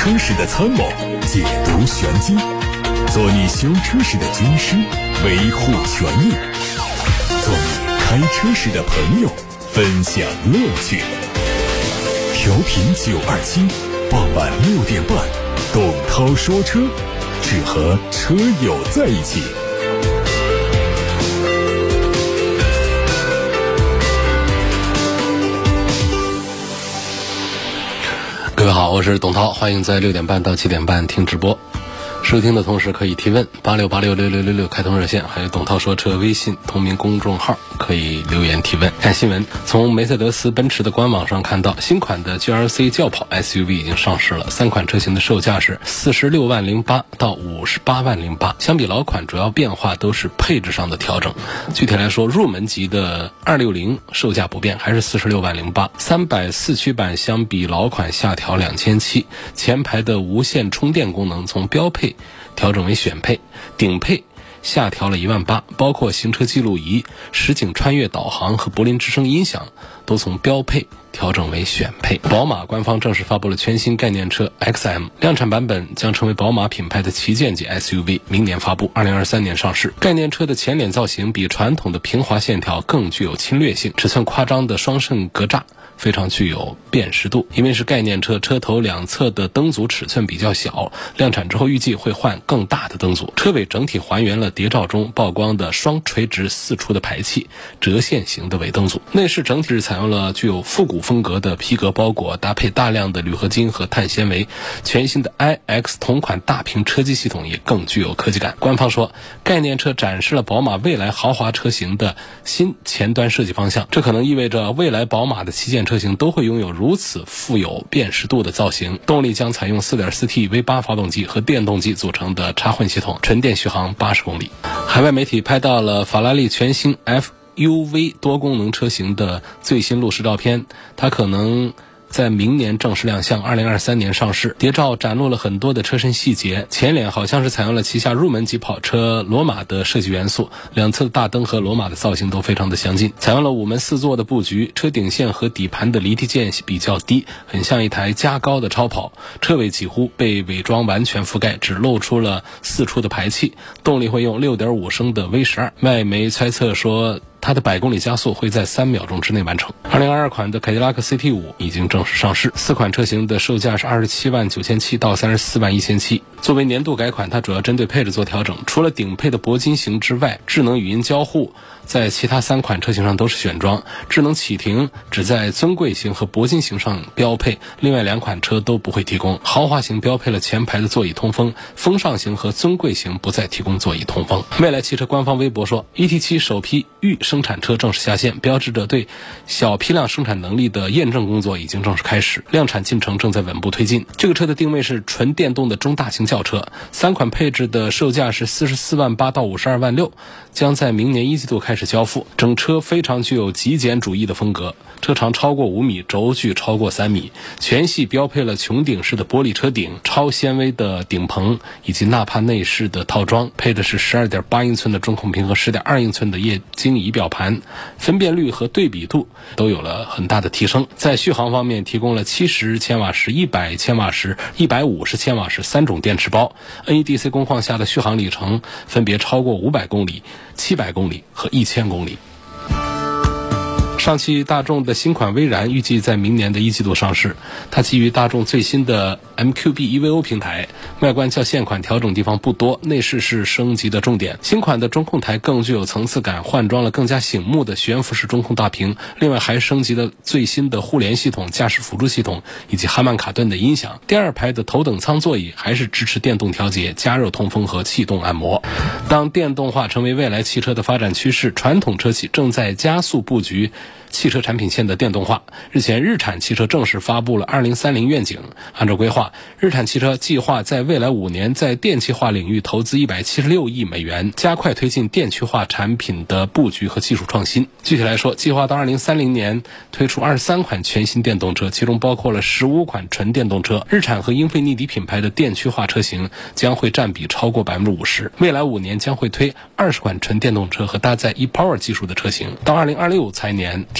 车时的参谋，解读玄机，做你修车时的军师，维护权益，做你开车时的朋友，分享乐趣。调频927，傍晚6点半，董涛说车，只和车友在一起。 各位好，我是董涛，欢迎在6点半到7点半听直播。收听的同时可以提问，86866666开通热线，还有董涛说车微信同名公众号可以留言提问。看新闻，从梅赛德斯奔驰的官网上看到，新款的 GLC 轿跑 SUV 已经上市了，3款车型的售价是46万08到58万08。相比老款，主要变化都是配置上的调整。具体来说，入门级的260售价不变，还是46万08。340驱版相比老款下调2700，前排的无线充电功能从标配调整为选配，顶配下调了18000，包括行车记录仪、实景穿越导航和柏林之声音响都从标配调整为选配。宝马官方正式发布了全新概念车 XM， 量产版本将成为宝马品牌的旗舰级 SUV， 明年发布，2023年上市。概念车的前脸造型比传统的平滑线条更具有侵略性，尺寸夸张的双肾格栅非常具有辨识度。因为是概念车，车头两侧的灯组尺寸比较小，量产之后预计会换更大的灯组。车尾整体还原了谍照中曝光的双垂直四出的排气，折线型的尾灯组。内饰整体是采用了具有复古风格的皮革包裹，搭配大量的铝合金和碳纤维。全新的 iX 同款大屏车机系统也更具有科技感。官方说，概念车展示了宝马未来豪华车型的新前端设计方向，这可能意味着未来宝马的旗舰车型都会拥有如此富有辨识度的造型。动力将采用 4.4T V8 发动机和电动机组成的插混系统，纯电续航80公里。海外媒体拍到了法拉利全新 FUV 多功能车型的最新路试照片，它可能在明年正式亮相，2023年上市。谍照展露了很多的车身细节，前脸好像是采用了旗下入门级跑车罗马的设计元素，两侧的大灯和罗马的造型都非常的相近，采用了5门4座的布局，车顶线和底盘的离地键比较低，很像一台加高的超跑。车尾几乎被伪装完全覆盖，只露出了4出的排气。动力会用 6.5 升的 V12， 外媒猜测说它的100公里加速会在3秒钟之内完成。2022款的凯迪拉克 CT5 已经正式上市，4款车型的售价是27万9700到34万1700。作为年度改款，它主要针对配置做调整，除了顶配的铂金型之外，智能语音交互在其他3款车型上都是选装，智能启停只在尊贵型和铂金型上标配，另外2款车都不会提供。豪华型标配了前排的座椅通风，风尚型和尊贵型不再提供座椅通风。蔚来汽车官方微博说， ET7 首批预生产车正式下线，标志着对小批量生产能力的验证工作已经正式开始，量产进程正在稳步推进。这个车的定位是纯电动的中大型轿车，3款配置的售价是44万8到52万6，将在明年1季度开始交付。整车非常具有极简主义的风格，车长超过5米，轴距超过3米，全系标配了穹顶式的玻璃车顶、超纤维的顶棚以及纳帕内饰的套装，配的是 12.8 英寸的中控屏和 10.2 英寸的液晶仪表盘，分辨率和对比度都有了很大的提升。在续航方面，提供了70千瓦时、100千瓦时、150千瓦时3种电池包， NEDC 工况下的续航里程分别超过500公里、700公里和1000公里。上汽大众的新款威然预计在明年的1季度上市，它基于大众最新的 MQB EVO 平台，外观较现款调整地方不多，内饰是升级的重点。新款的中控台更具有层次感，换装了更加醒目的悬浮式中控大屏，另外还升级了最新的互联系统、驾驶辅助系统以及哈曼卡顿的音响。第2排的头等舱座椅还是支持电动调节、加热通风和气动按摩。当电动化成为未来汽车的发展趋势，传统车企正在加速布局汽车产品线的电动化。日前，日产汽车正式发布了2030愿景。按照规划，日产汽车计划在未来5年在电气化领域投资176亿美元，加快推进电气化产品的布局和技术创新。具体来说，计划到2030年推出23款全新电动车，其中包括了15款纯电动车。日产和英菲尼迪品牌的电气化车型将会占比超过50%。未来5年将会推20款纯电动车和搭载 ePower 技术的车型。到2026财年，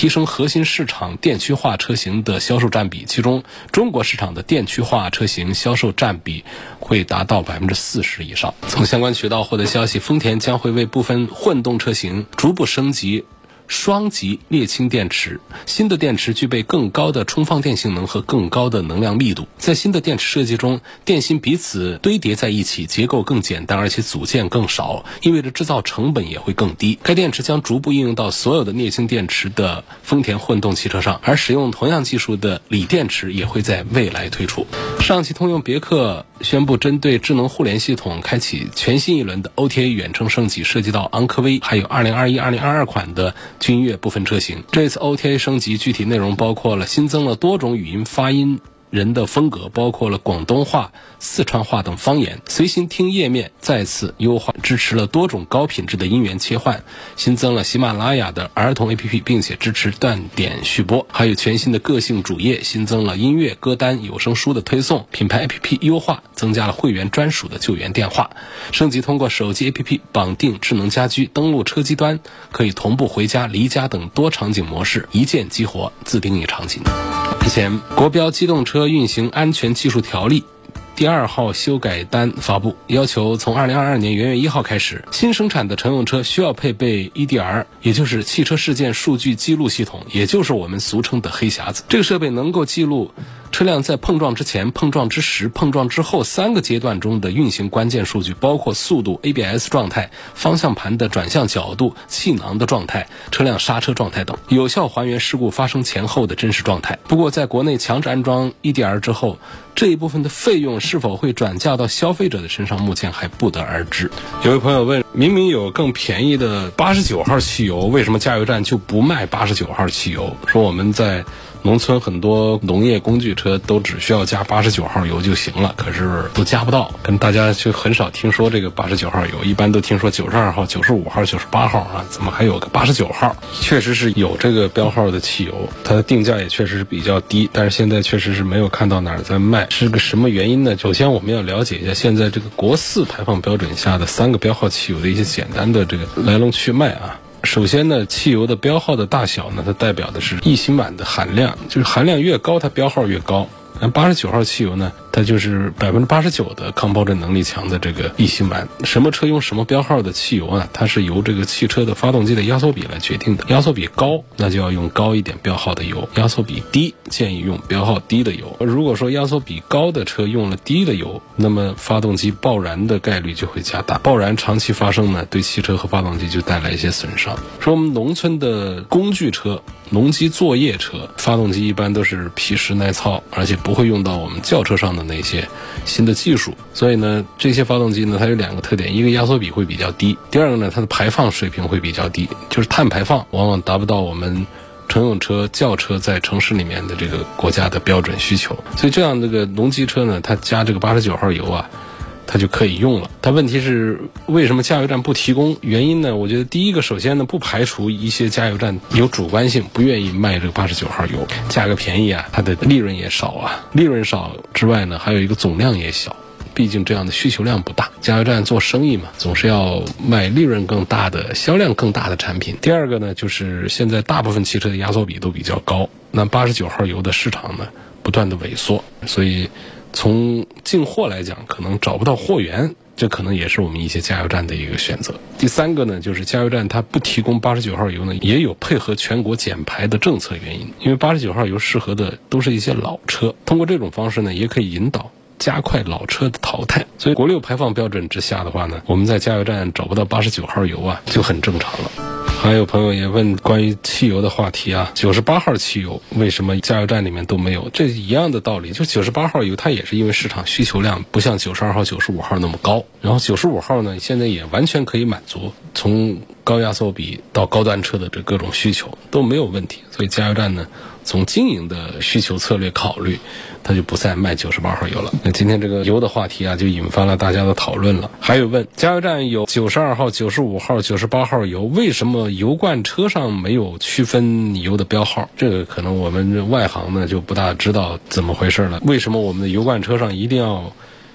提升核心市场电驱化车型的销售占比，其中中国市场的电驱化车型销售占比会达到40%以上。从相关渠道获得消息，丰田将会为部分混动车型逐步升级双极镍氢电池，新的电池具备更高的充放电性能和更高的能量密度。在新的电池设计中，电芯彼此堆叠在一起，结构更简单，而且组件更少，意味着制造成本也会更低。该电池将逐步应用到所有的镍氢电池的丰田混动汽车上，而使用同样技术的锂电池也会在未来推出。上汽通用别克宣布针对智能互联系统开启全新一轮的 OTA 远程升级，涉及到昂科威还有2021、2022款的君越部分车型。这次 OTA 升级具体内容包括了新增了多种语音发音人的风格，包括了广东话、四川话等方言。随心听页面再次优化，支持了多种高品质的音源切换，新增了喜马拉雅的儿童 APP， 并且支持断点续播。还有全新的个性主页，新增了音乐、歌单、有声书的推送。品牌 APP 优化，增加了会员专属的救援电话。升级通过手机 APP 绑定智能家居，登录车机端可以同步回家、离家等多场景模式，一键激活自定义场景。日前，国标机动车运行安全技术条例第2号修改单发布，要求从2022年元月1号开始，新生产的乘用车需要配备 EDR， 也就是汽车事件数据记录系统，也就是我们俗称的黑匣子。这个设备能够记录车辆在碰撞之前、碰撞之时、碰撞之后3个阶段中的运行关键数据，包括速度、ABS 状态、方向盘的转向角度、气囊的状态、车辆刹车状态等，有效还原事故发生前后的真实状态。不过在国内强制安装 EDR 之后，这一部分的费用是否会转嫁到消费者的身上，目前还不得而知。有位朋友问，明明有更便宜的89号汽油，为什么加油站就不卖89号汽油？说我们在农村很多农业工具车都只需要加89号油就行了，可是都加不到，跟大家就很少听说这个89号油，一般都听说92号、95号、98号啊，怎么还有个89号？确实是有这个标号的汽油，它的定价也确实是比较低，但是现在确实是没有看到哪儿在卖，是个什么原因呢？首先我们要了解一下现在这个国4排放标准下的3个标号汽油的一些简单的这个来龙去脉啊。首先呢，汽油的标号的大小呢，它代表的是液辛烷的含量，就是含量越高，它标号越高。89号汽油呢，它就是89%的抗爆震能力强的这个液辛烷。什么车用什么标号的汽油啊？它是由这个汽车的发动机的压缩比来决定的。压缩比高，那就要用高一点标号的油；压缩比低，建议用标号低的油。如果说压缩比高的车用了低的油，那么发动机爆燃的概率就会加大。爆燃长期发生呢，对汽车和发动机就带来一些损伤。说我们农村的工具车、农机作业车，发动机一般都是皮实耐操，而且不会用到我们轿车上的那些新的技术。所以呢，这些发动机呢，它有2个特点，一个压缩比会比较低，第二个呢，它的排放水平会比较低，就是碳排放往往达不到我们乘用车、轿车在城市里面的这个国家的标准需求。所以这样这个农机车呢，它加这个89号油啊，它就可以用了。它问题是为什么加油站不提供？原因呢，我觉得第一个，首先呢，不排除一些加油站有主观性，不愿意卖这个89号油，价格便宜啊，它的利润也少啊。利润少之外呢，还有一个总量也小，毕竟这样的需求量不大。加油站做生意嘛，总是要卖利润更大的、销量更大的产品。第二个呢，就是现在大部分汽车的压缩比都比较高，那89号油的市场呢不断的萎缩，所以从进货来讲，可能找不到货源，这可能也是我们一些加油站的一个选择。第三个呢，就是加油站它不提供89号油呢，也有配合全国减排的政策原因。因为89号油适合的都是一些老车，通过这种方式呢，也可以引导加快老车的淘汰。所以国6排放标准之下的话呢，我们在加油站找不到89号油啊，就很正常了。还有朋友也问关于汽油的话题啊，98号汽油为什么加油站里面都没有？这一样的道理，就98号油它也是因为市场需求量不像92号、95号那么高，然后95号呢现在也完全可以满足从高压缩比到高端车的这各种需求都没有问题，所以加油站呢从经营的需求策略考虑，它就不再卖98号油了。那今天这个油的话题啊，就引发了大家的讨论了。还有问加油站有92号、95号、98号油，为什么油罐车上没有区分油的标号？这个可能我们外行呢就不大知道怎么回事了。为什么我们的油罐车上一定要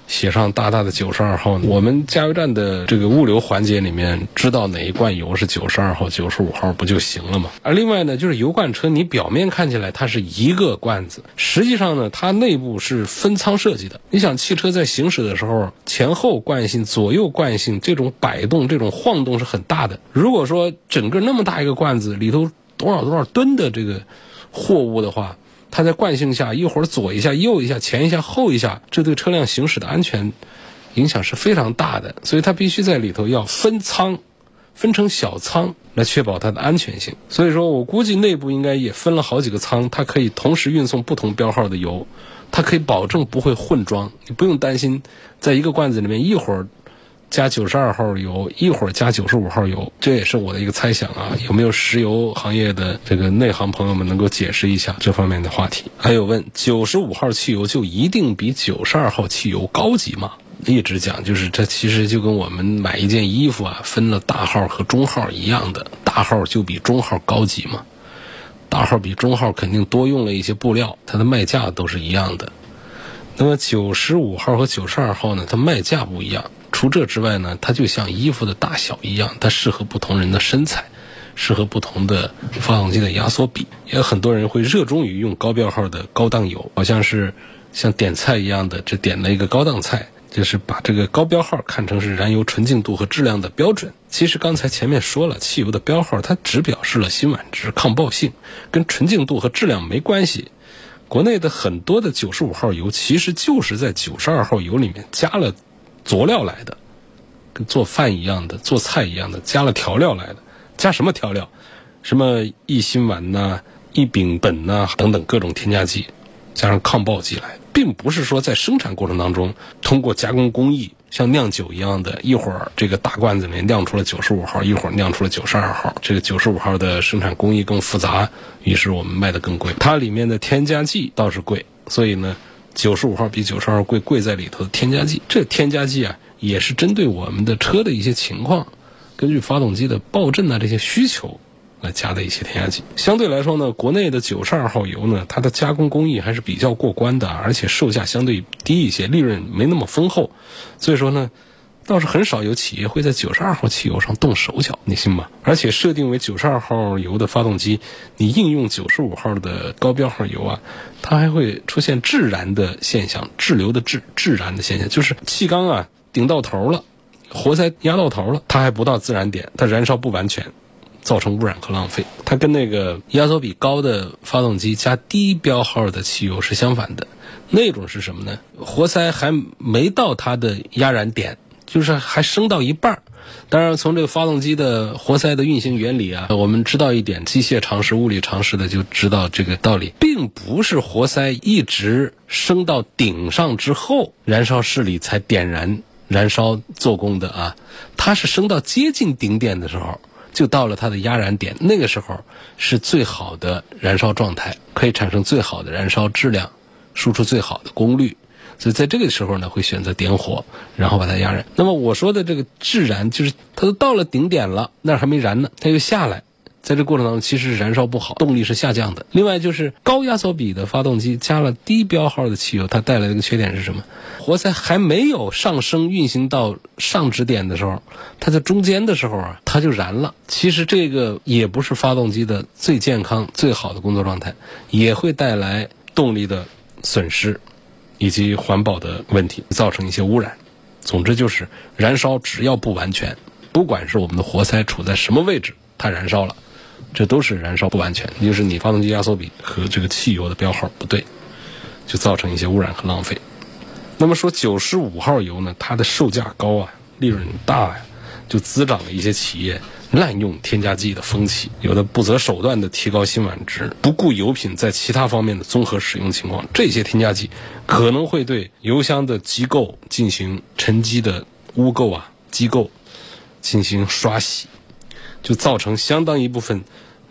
写上大大的92号，我们加油站的这个物流环节里面知道哪一罐油是92号、95号不就行了吗？而另外呢，就是油罐车你表面看起来它是一个罐子，实际上呢，它内部是分仓设计的。你想汽车在行驶的时候，前后惯性、左右惯性这种摆动、这种晃动是很大的。如果说整个那么大一个罐子里头多少吨的这个货物的话，它在惯性下一会儿左一下右一下前一下后一下，这对车辆行驶的安全影响是非常大的，所以它必须在里头要分仓，分成小仓来确保它的安全性。所以说我估计内部应该也分了好几个仓，它可以同时运送不同标号的油，它可以保证不会混装，你不用担心在一个罐子里面一会儿加92号油一会儿加95号油，这也是我的一个猜想啊。有没有石油行业的这个内行朋友们能够解释一下这方面的话题？还有问95号汽油就一定比92号汽油高级吗？一直讲就是这其实就跟我们买一件衣服啊分了大号和中号一样的，大号就比中号高级嘛，大号比中号肯定多用了一些布料，它的卖价都是一样的。那么95号和92号呢，它卖价不一样。除这之外呢，它就像衣服的大小一样，它适合不同人的身材，适合不同的发动机的压缩比。也有很多人会热衷于用高标号的高档油，好像是像点菜一样的，这点了一个高档菜，就是把这个高标号看成是燃油纯净度和质量的标准。其实刚才前面说了，汽油的标号它只表示了辛烷值、抗爆性，跟纯净度和质量没关系。国内的很多的95号油其实就是在92号油里面加了佐料来的，跟做饭一样的，做菜一样的，加了调料来的。加什么调料？什么异辛烷呐、异丙苯呐等等各种添加剂，加上抗爆剂来，并不是说在生产过程当中通过加工工艺像酿酒一样的，一会儿这个大罐子里面酿出了95号，一会儿酿出了92号，这个95号的生产工艺更复杂，于是我们卖得更贵。它里面的添加剂倒是贵，所以呢95号比92号贵在里头的添加剂。这添加剂啊也是针对我们的车的一些情况，根据发动机的爆震啊这些需求来加的一些添加剂。相对来说呢，国内的92号油呢，它的加工工艺还是比较过关的，而且售价相对低一些，利润没那么丰厚。所以说呢，倒是很少有企业会在92号汽油上动手脚，你信吗？而且设定为92号油的发动机，你应用95号的高标号油啊，它还会出现滞燃的现象，滞留的滞燃的现象，就是气缸啊顶到头了，活塞压到头了，它还不到自燃点，它燃烧不完全，造成污染和浪费。它跟那个压缩比高的发动机加低标号的汽油是相反的。那种是什么呢？活塞还没到它的压燃点，就是还升到一半。当然从这个发动机的活塞的运行原理啊，我们知道一点机械常识、物理常识的就知道这个道理，并不是活塞一直升到顶上之后燃烧室里才点燃燃烧做功的啊，它是升到接近顶点的时候就到了它的压燃点，那个时候是最好的燃烧状态，可以产生最好的燃烧质量，输出最好的功率。所以在这个时候呢，会选择点火，然后把它压燃。那么我说的这个滞燃，就是它都到了顶点了，那还没燃呢，它又下来，在这过程当中其实燃烧不好，动力是下降的。另外就是高压缩比的发动机加了低标号的汽油，它带来的一个缺点是什么？活塞还没有上升运行到上止点的时候，它在中间的时候啊，它就燃了。其实这个也不是发动机的最健康最好的工作状态，也会带来动力的损失以及环保的问题，造成一些污染。总之就是燃烧只要不完全，不管是我们的活塞处在什么位置，它燃烧了，这都是燃烧不完全，就是你发动机压缩比和这个汽油的标号不对，就造成一些污染和浪费。那么说95号油呢，它的售价高啊，利润大呀，就滋长了一些企业滥用添加剂的风气，有的不择手段的提高辛烷值，不顾油品在其他方面的综合使用情况，这些添加剂可能会对油箱的机构进行沉积的污垢啊机构进行刷洗，就造成相当一部分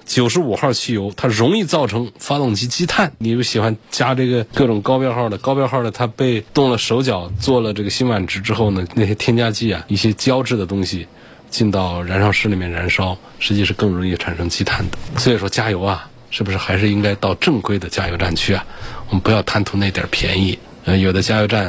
95号汽油它容易造成发动机积碳。你就喜欢加这个各种高标号的它被动了手脚做了这个辛烷值之后呢，那些添加剂啊一些胶质的东西进到燃烧室里面燃烧，实际是更容易产生积碳的。所以说加油啊，是不是还是应该到正规的加油站去啊？我们不要贪图那点便宜。有的加油站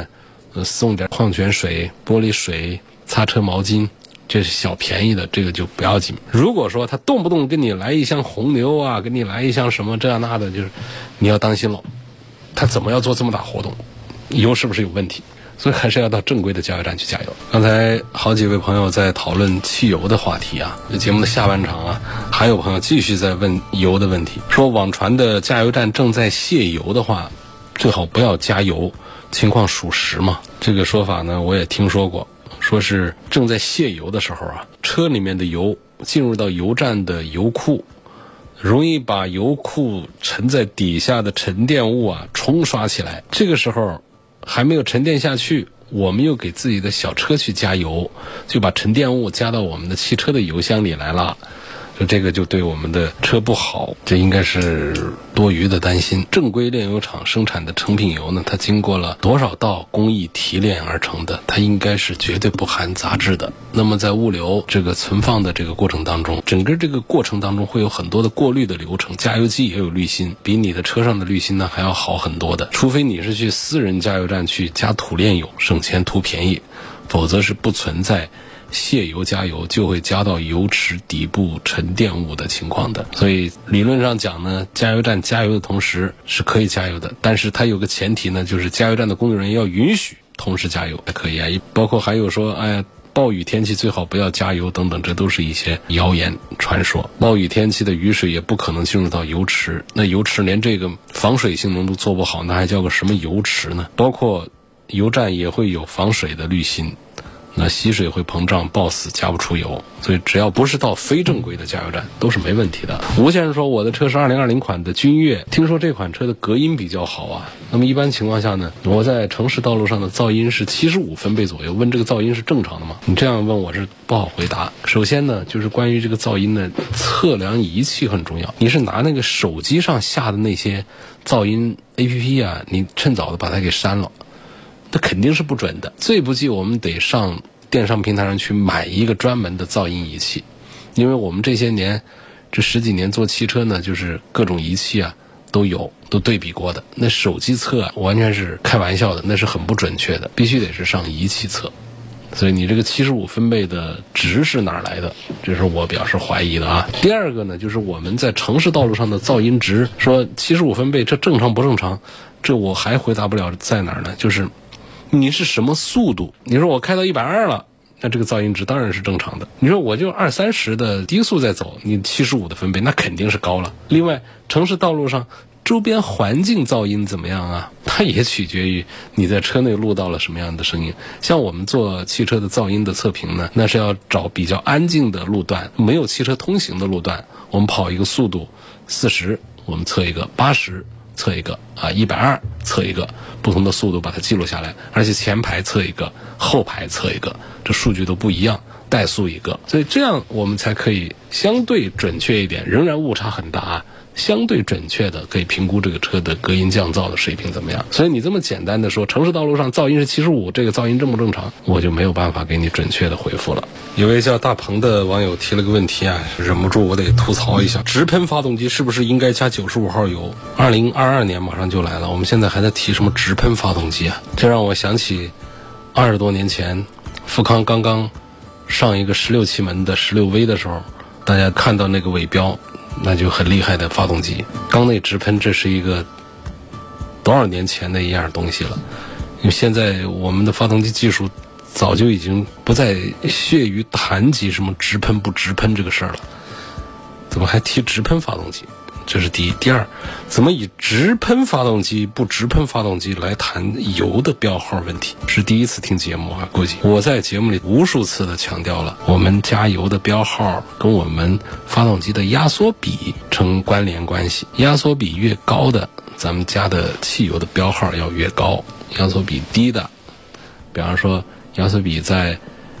送点矿泉水、玻璃水、擦车毛巾，这是小便宜的，这个就不要紧。如果说他动不动跟你来一箱红牛啊，跟你来一箱什么这样那的，就是你要当心了，他怎么要做这么大活动，油是不是有问题？所以还是要到正规的加油站去加油。刚才好几位朋友在讨论汽油的话题啊，节目的下半场啊，还有朋友继续在问油的问题，说网传的加油站正在泄油的话，最好不要加油，情况属实吗？这个说法呢，我也听说过，说是正在泄油的时候啊，车里面的油进入到油站的油库，容易把油库沉在底下的沉淀物啊冲刷起来，这个时候还没有沉淀下去，我们又给自己的小车去加油，就把沉淀物加到我们的汽车的油箱里来了，这个就对我们的车不好，这应该是多余的担心。正规炼油厂生产的成品油呢，它经过了多少道工艺提炼而成的，它应该是绝对不含杂质的。那么在物流这个存放的这个过程当中，整个这个过程当中会有很多的过滤的流程，加油机也有滤芯，比你的车上的滤芯呢还要好很多的，除非你是去私人加油站去加土炼油，省钱图便宜，否则是不存在泄油加油就会加到油池底部沉淀物的情况的。所以理论上讲呢，加油站加油的同时是可以加油的，但是它有个前提呢，就是加油站的工作人员要允许同时加油才可以啊。包括还有说暴雨天气最好不要加油等等，这都是一些谣言传说。暴雨天气的雨水也不可能进入到油池，那油池连这个防水性能都做不好，那还叫个什么油池呢？包括油站也会有防水的滤芯，那吸水会膨胀爆死，加不出油。所以只要不是到非正规的加油站都是没问题的。吴先生说我的车是2020款的君越，听说这款车的隔音比较好啊。那么一般情况下呢，我在城市道路上的噪音是75分贝左右，问这个噪音是正常的吗？你这样问我是不好回答。首先呢，就是关于这个噪音的测量仪器很重要，你是拿那个手机上下的那些噪音 APP 啊，你趁早的把它给删了，那肯定是不准的。最不济我们得上电商平台上去买一个专门的噪音仪器，因为我们这些年这10几年做汽车呢，就是各种仪器啊都有，都对比过的。那手机测啊完全是开玩笑的，那是很不准确的，必须得是上仪器测。所以你这个75分贝的值是哪儿来的，这是我表示怀疑的啊。第二个呢，就是我们在城市道路上的噪音值，说75分贝这正常不正常，这我还回答不了在哪儿呢，就是你是什么速度？你说我开到120了，那这个噪音值当然是正常的。你说我就20-30的低速在走，你75的分贝那肯定是高了。另外，城市道路上周边环境噪音怎么样啊？它也取决于你在车内录到了什么样的声音。像我们做汽车的噪音的测评呢，那是要找比较安静的路段，没有汽车通行的路段，我们跑一个速度40，我们测一个80。测一个120测一个，不同的速度把它记录下来，而且前排测一个，后排测一个，这数据都不一样，怠速一个，所以这样我们才可以相对准确一点，仍然误差很大，相对准确的可以评估这个车的隔音降噪的水平怎么样。所以你这么简单的说城市道路上噪音是75，这个噪音正不正常，我就没有办法给你准确的回复了。有位叫大鹏的网友提了个问题啊，忍不住我得吐槽一下，直喷发动机是不是应该加95号油？2022年马上就来了，我们现在还在提什么直喷发动机啊？这让我想起20多年前富康刚刚上一个16气门的16V 的时候，大家看到那个尾标，那就很厉害的发动机，缸内直喷，这是一个多少年前的一样东西了。因为现在我们的发动机技术早就已经不再屑于谈及什么直喷不直喷这个事儿了，怎么还提直喷发动机？这是第一。第二，怎么以直喷发动机不直喷发动机来谈油的标号问题？是第一次听节目啊，估计我在节目里无数次的强调了，我们加油的标号跟我们发动机的压缩比成关联关系，压缩比越高的，咱们加的汽油的标号要越高，压缩比低的，比方说压缩比在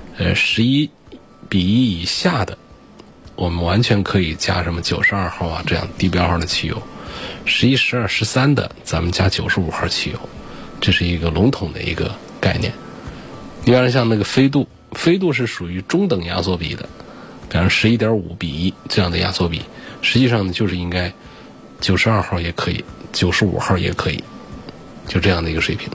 11:1以下的，我们完全可以加什么92号啊这样低标号的汽油，11、12、13的咱们加95号汽油，这是一个笼统的一个概念。你比方像那个飞度是属于中等压缩比的，比方11.5:1这样的压缩比，实际上呢就是应该92号也可以，95号也可以，就这样的一个水平。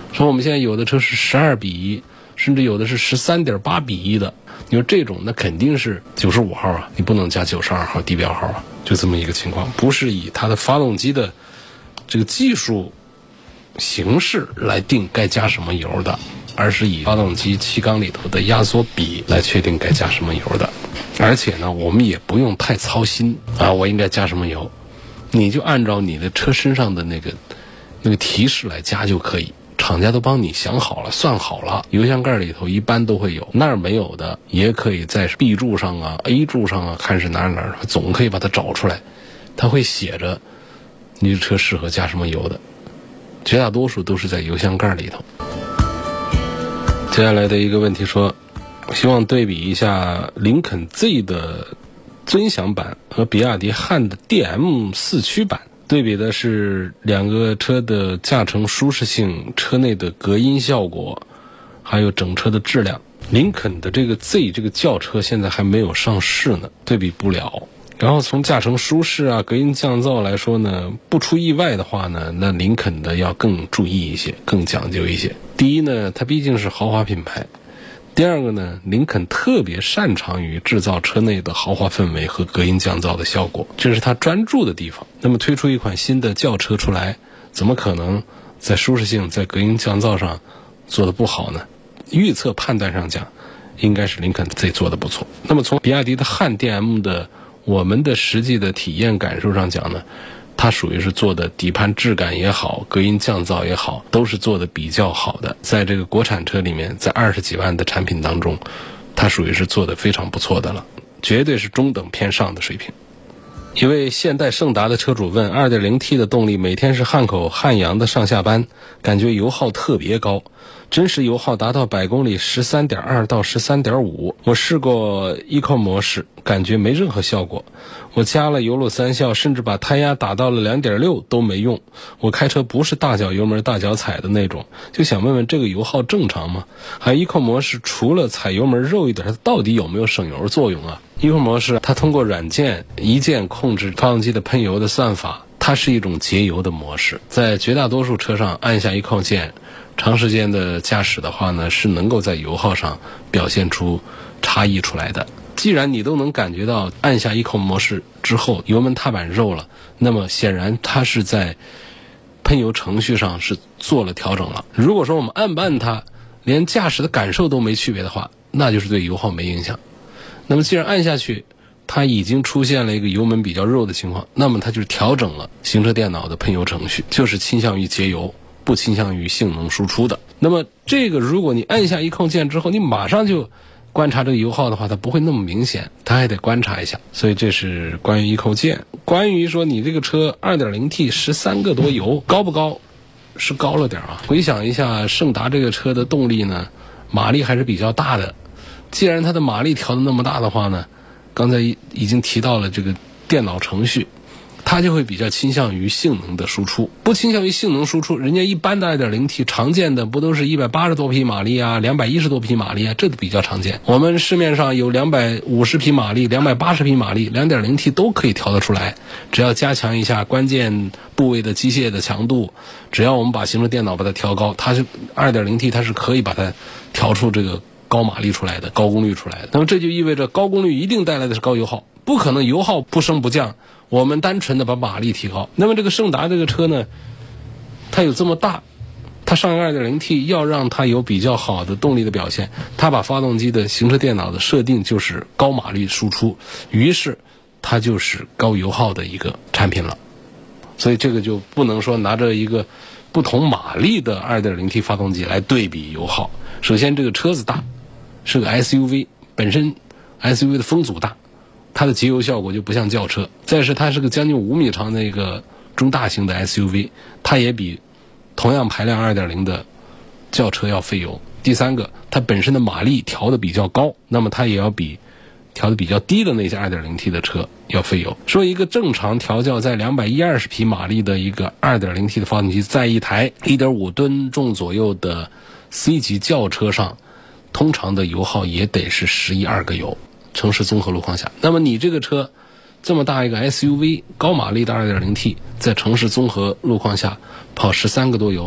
说我们现在有的车是12:1，甚至有的是13.8:1的。你说这种那肯定是95号啊，你不能加92号地标号啊，就这么一个情况，不是以它的发动机的这个技术形式来定该加什么油的，而是以发动机气缸里头的压缩比来确定该加什么油的。而且呢，我们也不用太操心啊，我应该加什么油，你就按照你的车身上的那个提示来加就可以。厂家都帮你想好了算好了，油箱盖里头一般都会有，那儿没有的也可以在 B 柱上啊 A 柱上啊，看是哪儿总可以把它找出来，它会写着你的车适合加什么油的，绝大多数都是在油箱盖里头。接下来的一个问题说，希望对比一下林肯 Z 的尊享版和比亚迪汉的 DM 4驱版，对比的是两个车的驾乘舒适性、车内的隔音效果，还有整车的质量。林肯的这个 Z 这个轿车现在还没有上市呢，对比不了。然后从驾乘舒适啊、隔音降噪来说呢，不出意外的话呢，那林肯的要更注意一些，更讲究一些。第一呢，它毕竟是豪华品牌。第二个呢，林肯特别擅长于制造车内的豪华氛围和隔音降噪的效果，这是他专注的地方。那么推出一款新的轿车出来，怎么可能在舒适性、在隔音降噪上做得不好呢？预测判断上讲，应该是林肯 Z 做得不错。那么从比亚迪的汉 DM 的我们的实际的体验感受上讲呢，它属于是做的底盘质感也好，隔音降噪也好，都是做的比较好的。在这个国产车里面，在20几万的产品当中，它属于是做的非常不错的了，绝对是中等偏上的水平。一位现代胜达的车主问， 2.0T 的动力每天是汉口汉阳的上下班，感觉油耗特别高，真实油耗达到100公里 13.2 到 13.5， 我试过 Eco 模式，感觉没任何效果，我加了油路3效，甚至把胎压打到了 2.6 都没用。我开车不是大脚油门大脚踩的那种，就想问问这个油耗正常吗？还有 Eco 模式除了踩油门肉一点，它到底有没有省油作用啊？Eco 模式它通过软件一键控制发动机的喷油的算法，它是一种节油的模式。在绝大多数车上按下Eco键，长时间的驾驶的话呢，是能够在油耗上表现出差异出来的。既然你都能感觉到按下Eco模式之后油门踏板肉了，那么显然它是在喷油程序上是做了调整了。如果说我们按不按它连驾驶的感受都没区别的话，那就是对油耗没影响。那么既然按下去它已经出现了一个油门比较肉的情况，那么它就调整了行车电脑的喷油程序，就是倾向于节油，不倾向于性能输出的。那么这个如果你按下Eco键之后，你马上就观察这个油耗的话，它不会那么明显，它还得观察一下。所以这是关于Eco键。关于说你这个车 2.0T 13个多油高不高，是高了点啊。回想一下胜达这个车的动力呢，马力还是比较大的。既然它的马力调得那么大的话呢，刚才已经提到了这个电脑程序，它就会比较倾向于性能的输出，不倾向于性能输出。人家一般的 2.0T 常见的不都是180多匹马力啊，210多匹马力啊，这都比较常见。我们市面上有250匹马力、280匹马力 2.0T 都可以调得出来，只要加强一下关键部位的机械的强度，只要我们把行车电脑把它调高，它是 2.0T 它是可以把它调出这个高马力出来的，高功率出来的。那么这就意味着高功率一定带来的是高油耗，不可能油耗不升不降，我们单纯的把马力提高。那么这个胜达这个车呢，它有这么大，它上 2.0T 要让它有比较好的动力的表现，它把发动机的行车电脑的设定就是高马力输出，于是它就是高油耗的一个产品了。所以这个就不能说拿着一个不同马力的 2.0T 发动机来对比油耗。首先这个车子大，是个 SUV， 本身 SUV 的风阻大，它的节油效果就不像轿车。再是它是个将近5米长的一个中大型的 SUV， 它也比同样排量 2.0 的轿车要费油。第三个，它本身的马力调得比较高，那么它也要比调得比较低的那些 2.0T 的车要费油。说一个正常调教在220匹马力的一个 2.0T 的发动机，在一台 1.5 吨重左右的 C 级轿车上，通常的油耗也得是11、12个油，城市综合路况下。那么你这个车这么大一个 SUV 高马力的 2.0T， 在城市综合路况下跑13个多油，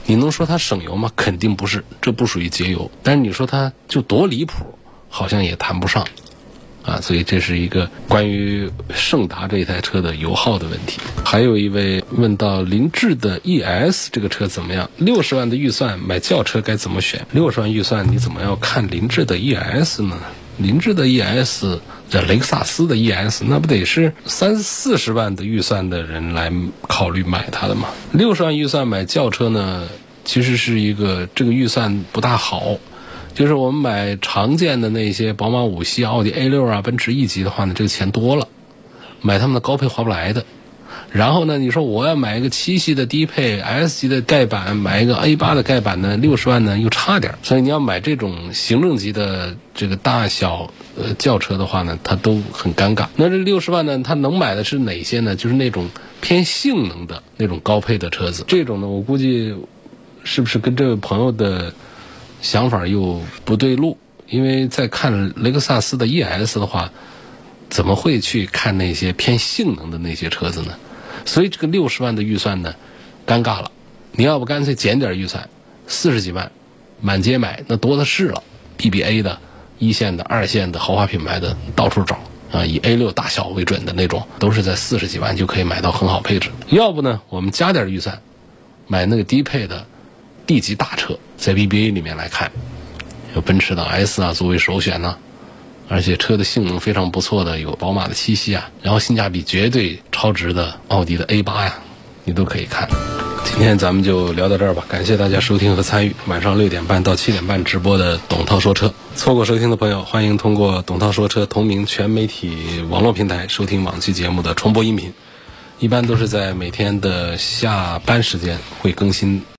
你能说它省油吗？肯定不是，这不属于节油。但是你说它就多离谱，好像也谈不上啊。所以这是一个关于胜达这一台车的油耗的问题。还有一位问到凌志的 ES 这个车怎么样？60万的预算买轿车该怎么选？60万预算你怎么要看凌志的 ES 呢？凌志的 ES， 这雷克萨斯的 ES， 那不得是30-40万的预算的人来考虑买它的吗？60万预算买轿车呢，其实是一个这个预算不大好。就是我们买常见的那些宝马5系、奥迪 A6 啊、奔驰 E 级的话呢，这个钱多了，买他们的高配划不来的。然后呢，你说我要买一个7系的低配 S 级的盖板，买一个 A8 的盖板呢，60万呢又差点。所以你要买这种行政级的这个大小轿车的话呢，它都很尴尬。那这60万呢，它能买的是哪些呢？就是那种偏性能的那种高配的车子。这种呢，我估计是不是跟这位朋友的想法又不对路？因为在看雷克萨斯的 ES 的话，怎么会去看那些偏性能的那些车子呢？所以这个60万的预算呢，尴尬了。你要不干脆减点预算，40几万满街买，那多的是了。BBA 的、1线的、2线的豪华品牌的到处找啊，以 A6 大小为准的那种，都是在40几万就可以买到很好配置。要不呢，我们加点预算，买那个低配的 D 级大车，在 BBA 里面来看，有奔驰的 S 啊作为首选呢。而且车的性能非常不错的有宝马的7系啊，然后性价比绝对超值的奥迪的 A8 呀，你都可以看。今天咱们就聊到这儿吧，感谢大家收听和参与晚上6点半到7点半直播的董涛说车。错过收听的朋友，欢迎通过董涛说车同名全媒体网络平台收听往期节目的重播音频，一般都是在每天的下班时间会更新